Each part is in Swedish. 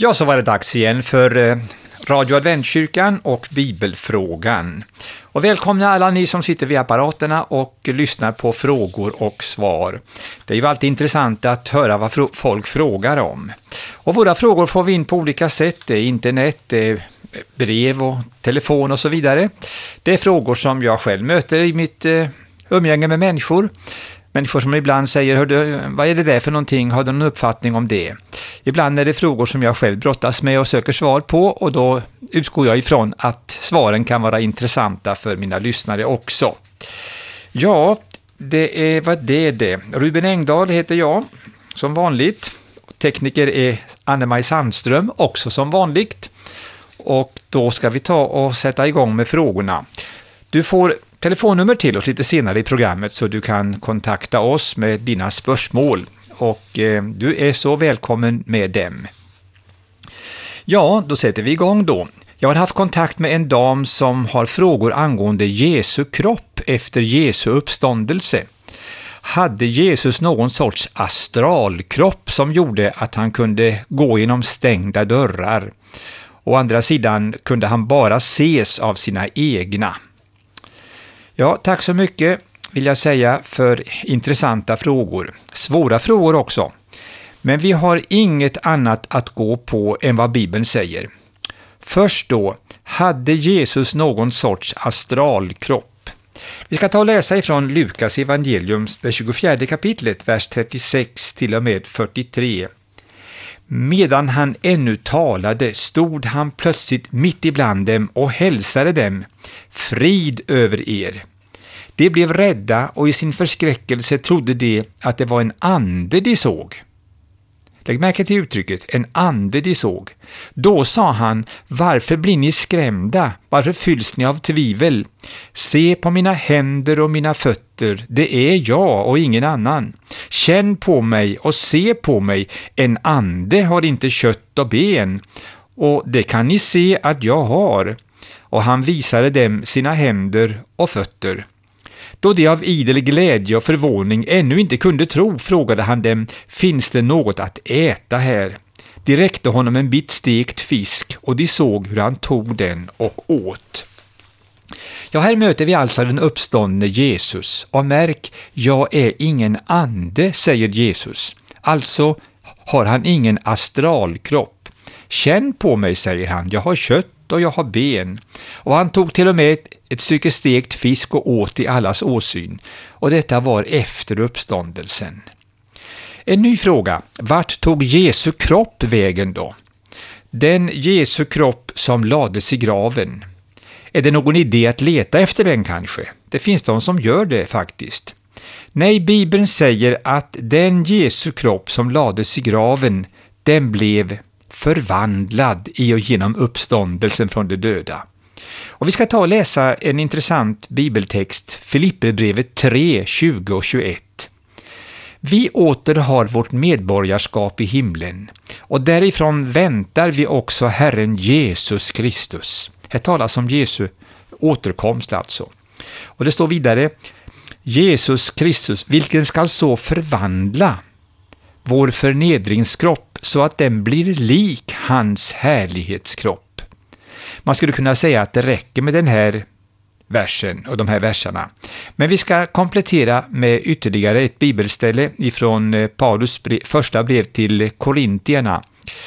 Ja, så var det dags igen för Radio Adventkyrkan och Bibelfrågan. Och välkomna alla ni som sitter vid apparaterna och lyssnar på frågor och svar. Det är ju alltid intressant att höra vad folk frågar om. Och våra frågor får vi in på olika sätt. Det är internet, det är brev och telefon och så vidare. Det är frågor som jag själv möter i mitt umgänge med människor. Människor som ibland säger, hördu, vad är det där för någonting? Har du någon uppfattning om det? Ibland är det frågor som jag själv brottas med och söker svar på, och då utgår jag ifrån att svaren kan vara intressanta för mina lyssnare också. Ja, det är vad det är det. Ruben Engdahl heter jag, som vanligt. Tekniker är Anne-Maj Sandström, också som vanligt. Och då ska vi ta och sätta igång med frågorna. Du får telefonnummer till oss lite senare i programmet så du kan kontakta oss med dina spörsmål. Och du är så välkommen med dem. Ja, då sätter vi igång då. Jag har haft kontakt med en dam som har frågor angående Jesu kropp efter Jesu uppståndelse. Hade Jesus någon sorts astralkropp som gjorde att han kunde gå genom stängda dörrar? Å andra sidan kunde han bara ses av sina egna. Ja, tack så mycket vill jag säga för intressanta frågor. Svåra frågor också. Men vi har inget annat att gå på än vad Bibeln säger. Först då, hade Jesus någon sorts astralkropp? Vi ska ta och läsa ifrån Lukas evangelium, det 24 kapitlet, vers 36 till och med 43. Medan han ännu talade stod han plötsligt mitt ibland dem och hälsade dem, frid över er. De blev rädda och i sin förskräckelse trodde de att det var en ande de såg. Lägg märke till uttrycket, en ande de såg. Då sa han, varför blir ni skrämda? Varför fylls ni av tvivel? Se på mina händer och mina fötter, det är jag och ingen annan. Känn på mig och se på mig, en ande har inte kött och ben. Och det kan ni se att jag har. Och han visade dem sina händer och fötter. Då de av idel glädje och förvåning ännu inte kunde tro, frågade han dem, finns det något att äta här? De räckte honom en bit stekt fisk och de såg hur han tog den och åt. Ja, här möter vi alltså den uppståndne Jesus. Och märk, jag är ingen ande, säger Jesus. Alltså har han ingen astralkropp. Känn på mig, säger han, jag har kött och jag har ben. Och han tog till och med ett stycke stekt fisk och åt i allas åsyn. Och detta var efter uppståndelsen. En ny fråga. Vart tog Jesu kropp vägen då? Den Jesu kropp som lades i graven. Är det någon idé att leta efter den kanske? Det finns de som gör det faktiskt. Nej, Bibeln säger att den Jesu kropp som lades i graven, den blev förvandlad i och genom uppståndelsen från de döda. Och vi ska ta och läsa en intressant bibeltext, Filipperbrevet 3, 20 och 21. Vi åter har vårt medborgarskap i himlen, och därifrån väntar vi också Herren Jesus Kristus. Här talas om Jesu återkomst alltså. Och det står vidare, Jesus Kristus, vilken skall så förvandla vår förnedringskropp så att den blir lik hans härlighetskropp. Man skulle kunna säga att det räcker med den här versen och de här verserna. Men vi ska komplettera med ytterligare ett bibelställe ifrån Paulus första brev till Korintierna,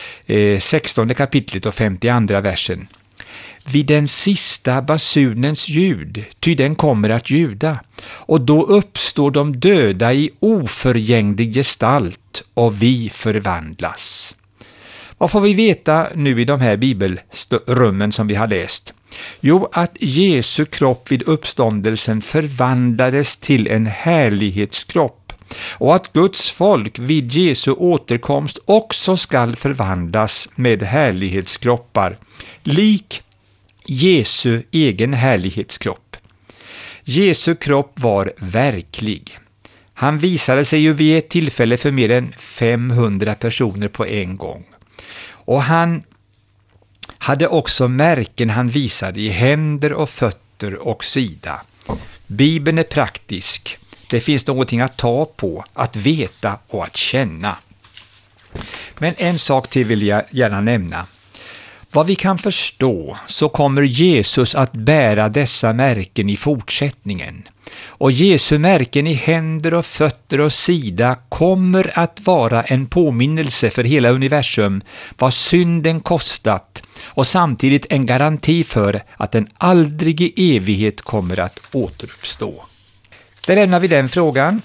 16 kapitlet och 52 versen. Vid den sista basunens ljud, ty den kommer att ljuda, och då uppstår de döda i oförgänglig gestalt och vi förvandlas. Vad får vi veta nu i de här bibelrummen som vi har läst? Jo, att Jesu kropp vid uppståndelsen förvandlades till en härlighetskropp och att Guds folk vid Jesu återkomst också skall förvandlas med härlighetskroppar, lik Jesu egen härlighetskropp. Jesu kropp var verklig. Han visade sig ju vid ett tillfälle för mer än 500 personer på en gång. Och han hade också märken han visade i händer och fötter och sida. Bibeln är praktisk. Det finns någonting att ta på, att veta och att känna. Men en sak till vill jag gärna nämna. Vad vi kan förstå så kommer Jesus att bära dessa märken i fortsättningen. Och Jesu märken i händer och fötter och sida kommer att vara en påminnelse för hela universum vad synden kostat och samtidigt en garanti för att den aldrig i evighet kommer att återuppstå. Där lämnar vi den frågan.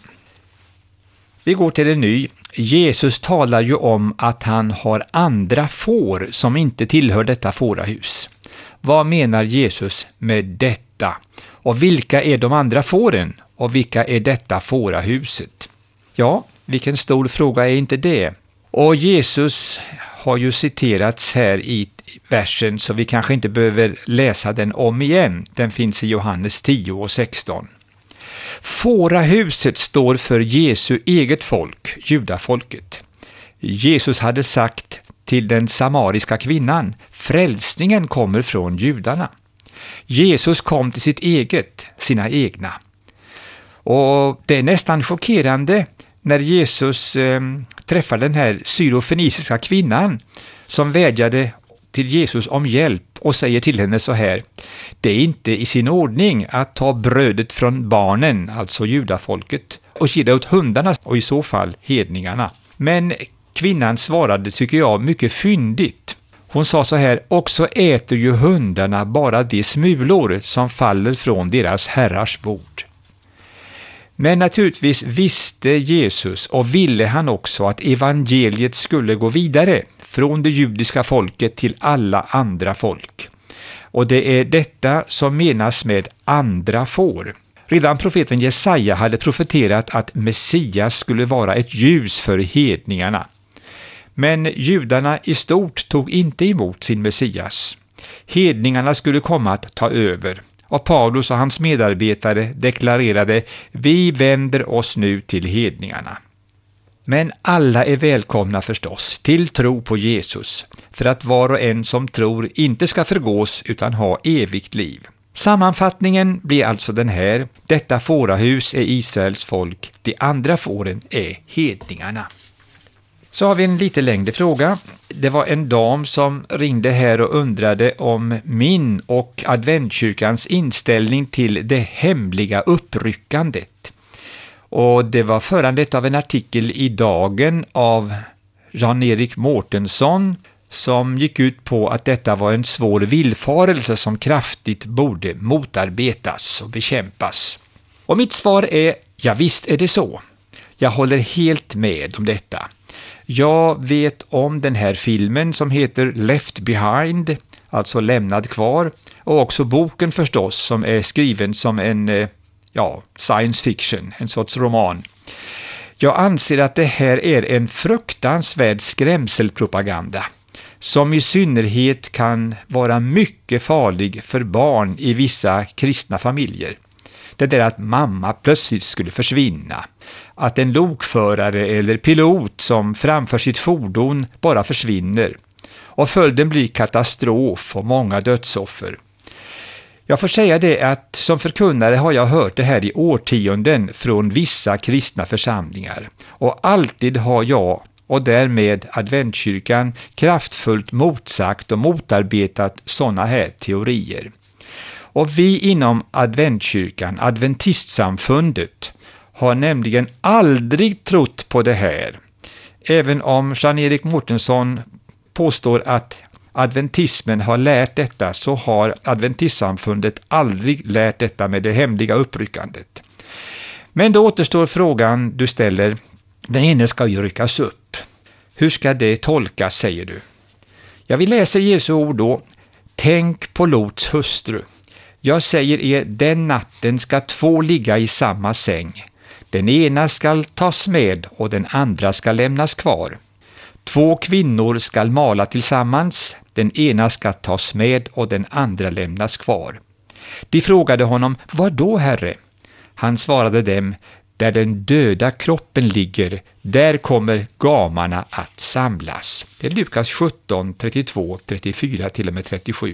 Vi går till en ny. Jesus talar ju om att han har andra får som inte tillhör detta fårahus. Vad menar Jesus med detta? Och vilka är de andra fåren? Och vilka är detta fårahuset? Ja, vilken stor fråga är inte det? Och Jesus har ju citerats här i versen så vi kanske inte behöver läsa den om igen. Den finns i Johannes 10 och 16. Fårahuset står för Jesu eget folk, judafolket. Jesus hade sagt till den samariska kvinnan, frälsningen kommer från judarna. Jesus kom till sitt eget, sina egna. Och det är nästan chockerande när Jesus träffar den här syrofeniciska kvinnan som vädjade till Jesus om hjälp och säger till henne så här: det är inte i sin ordning att ta brödet från barnen, alltså judafolket, och ge det åt hundarna och i så fall hedningarna. Men kvinnan svarade, tycker jag, mycket fyndigt. Hon sa så här: också äter ju hundarna bara de smulor som faller från deras herrars bord. Men naturligtvis visste Jesus och ville han också att evangeliet skulle gå vidare från det judiska folket till alla andra folk. Och det är detta som menas med andra får. Redan profeten Jesaja hade profeterat att Messias skulle vara ett ljus för hedningarna. Men judarna i stort tog inte emot sin Messias. Hedningarna skulle komma att ta över. Och Paulus och hans medarbetare deklarerade: vi vänder oss nu till hedningarna. Men alla är välkomna förstås till tro på Jesus, för att var och en som tror inte ska förgås utan ha evigt liv. Sammanfattningen blir alltså den här: detta fårahus är Israels folk, de andra fåren är hedningarna. Så har vi en lite längre fråga. Det var en dam som ringde här och undrade om min och adventkyrkans inställning till det hemliga uppryckandet. Och det var föranlett av en artikel i Dagen av Jan-Erik Mårtensson som gick ut på att detta var en svår villfarelse som kraftigt borde motarbetas och bekämpas. Och mitt svar är: ja, visst är det så. Jag håller helt med om detta. Jag vet om den här filmen som heter Left Behind, alltså Lämnad kvar, och också boken förstås som är skriven som en science fiction, en sorts roman. Jag anser att det här är en fruktansvärd skrämselpropaganda som i synnerhet kan vara mycket farlig för barn i vissa kristna familjer. Det där att mamma plötsligt skulle försvinna, att en lokförare eller pilot som framför sitt fordon bara försvinner, och följden blir katastrof och många dödsoffer. Jag får säga det att som förkunnare har jag hört det här i årtionden från vissa kristna församlingar, och alltid har jag och därmed adventkyrkan kraftfullt motsagt och motarbetat sådana här teorier. Och vi inom adventkyrkan, adventistsamfundet, har nämligen aldrig trott på det här. Även om Jan-Erik Mårtensson påstår att adventismen har lärt detta, så har adventistsamfundet aldrig lärt detta med det hemliga uppryckandet. Men då återstår frågan du ställer: den ene ska ju ryckas upp. Hur ska det tolkas, säger du? Jag vill läsa Jesu ord då. Tänk på Lots hustru. Jag säger er, den natten ska 2 ligga i samma säng. Den ena ska tas med och den andra ska lämnas kvar. 2 kvinnor ska mala tillsammans, den ena ska tas med och den andra lämnas kvar. De frågade honom: vad då, Herre? Han svarade dem: där den döda kroppen ligger, där kommer gamarna att samlas. Det är Lukas 17, 32, 34 till och med 37.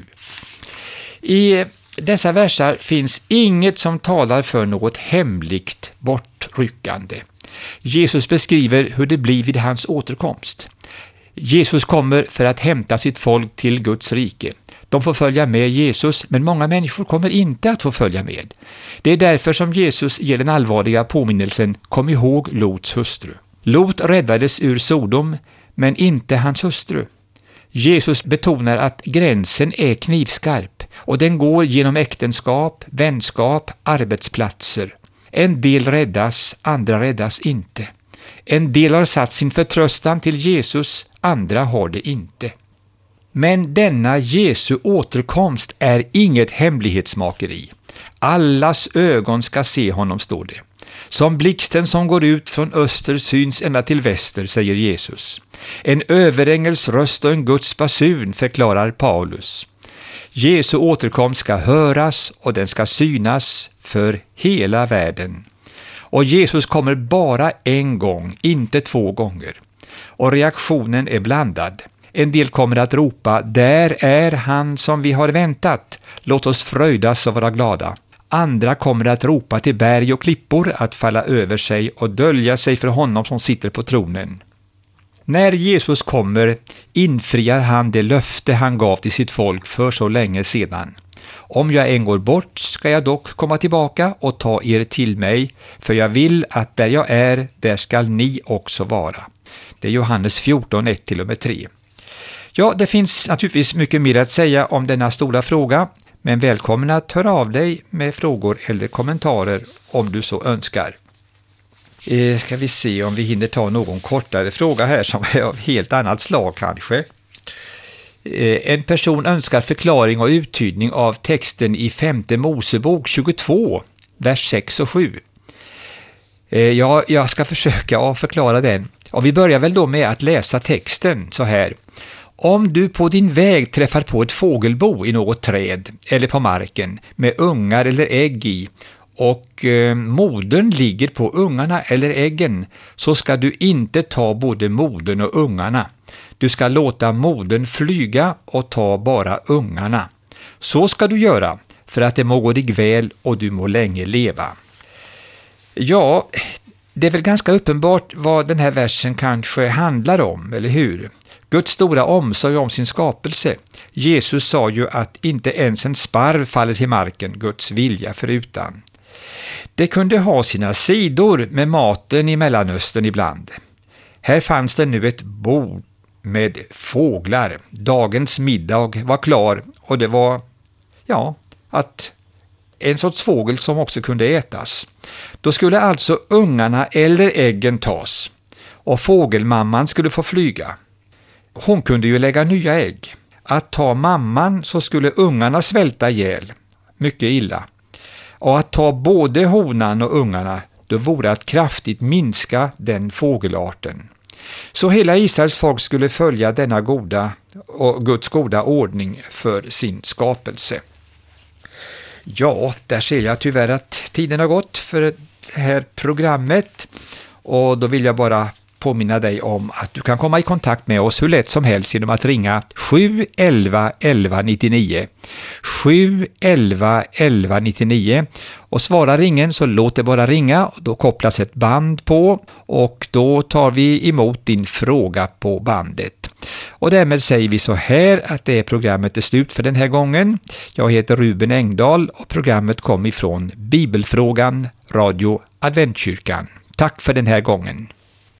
I dessa versar finns inget som talar för något hemligt bortryckande. Jesus beskriver hur det blir vid hans återkomst. Jesus kommer för att hämta sitt folk till Guds rike. De får följa med Jesus, men många människor kommer inte att få följa med. Det är därför som Jesus ger den allvarliga påminnelsen: kom ihåg Lots hustru. Lot räddades ur Sodom, men inte hans hustru. Jesus betonar att gränsen är knivskarp och den går genom äktenskap, vänskap, arbetsplatser. En del räddas, andra räddas inte. En del har satt sin förtröstan till Jesus, andra har det inte. Men denna Jesu återkomst är inget hemlighetsmakeri. Allas ögon ska se honom, står det. Som blixten som går ut från öster syns ända till väster, säger Jesus. En överängels röst och en Guds basun, förklarar Paulus. Jesu återkomst ska höras och den ska synas för hela världen. Och Jesus kommer bara en gång, inte 2 gånger. Och reaktionen är blandad. En del kommer att ropa: där är han som vi har väntat. Låt oss fröjdas och vara glada. Andra kommer att ropa till berg och klippor att falla över sig och dölja sig för honom som sitter på tronen. När Jesus kommer infriar han det löfte han gav till sitt folk för så länge sedan. Om jag en går bort ska jag dock komma tillbaka och ta er till mig, för jag vill att där jag är, där skall ni också vara. Det är Johannes 14, 1-3. Ja, det finns naturligtvis mycket mer att säga om denna stora fråga, men välkommen att höra av dig med frågor eller kommentarer om du så önskar. Ska vi se om vi hinner ta någon kortare fråga här som är av helt annat slag kanske. En person önskar förklaring och uttydning av texten i 5:e Mosebok 22, vers 6 och 7. Jag ska försöka förklara den. Och vi börjar väl då med att läsa texten så här. Om du på din väg träffar på ett fågelbo i något träd eller på marken med ungar eller ägg i, och modern ligger på ungarna eller äggen, så ska du inte ta både modern och ungarna. Du ska låta modern flyga och ta bara ungarna. Så ska du göra, för att det må gå dig väl och du må länge leva. Ja, det är väl ganska uppenbart vad den här versen kanske handlar om, eller hur? Guds stora omsorg om sin skapelse. Jesus sa ju att inte ens en sparv faller till marken, Guds vilja förutan. Det kunde ha sina sidor med maten i Mellanöstern ibland. Här fanns det nu ett bord med fåglar. Dagens middag var klar och det var att en sorts fågel som också kunde ätas. Då skulle alltså ungarna eller äggen tas och fågelmamman skulle få flyga. Hon kunde ju lägga nya ägg. Att ta mamman så skulle ungarna svälta ihjäl. Mycket illa. Och att ta både honan och ungarna, då vore att kraftigt minska den fågelarten. Så hela Israels folk skulle följa denna Guds goda ordning för sin skapelse. Ja, där ser jag tyvärr att tiden har gått för det här programmet. Och då vill jag bara påminna dig om att du kan komma i kontakt med oss hur lätt som helst genom att ringa 711 1199. 711 1199. Och svarar ringen så låt det bara ringa. Då kopplas ett band på och då tar vi emot din fråga på bandet. Och därmed säger vi så här att det programmet är slut för den här gången. Jag heter Ruben Engdahl och programmet kom ifrån Bibelfrågan, Radio Adventkyrkan. Tack för den här gången.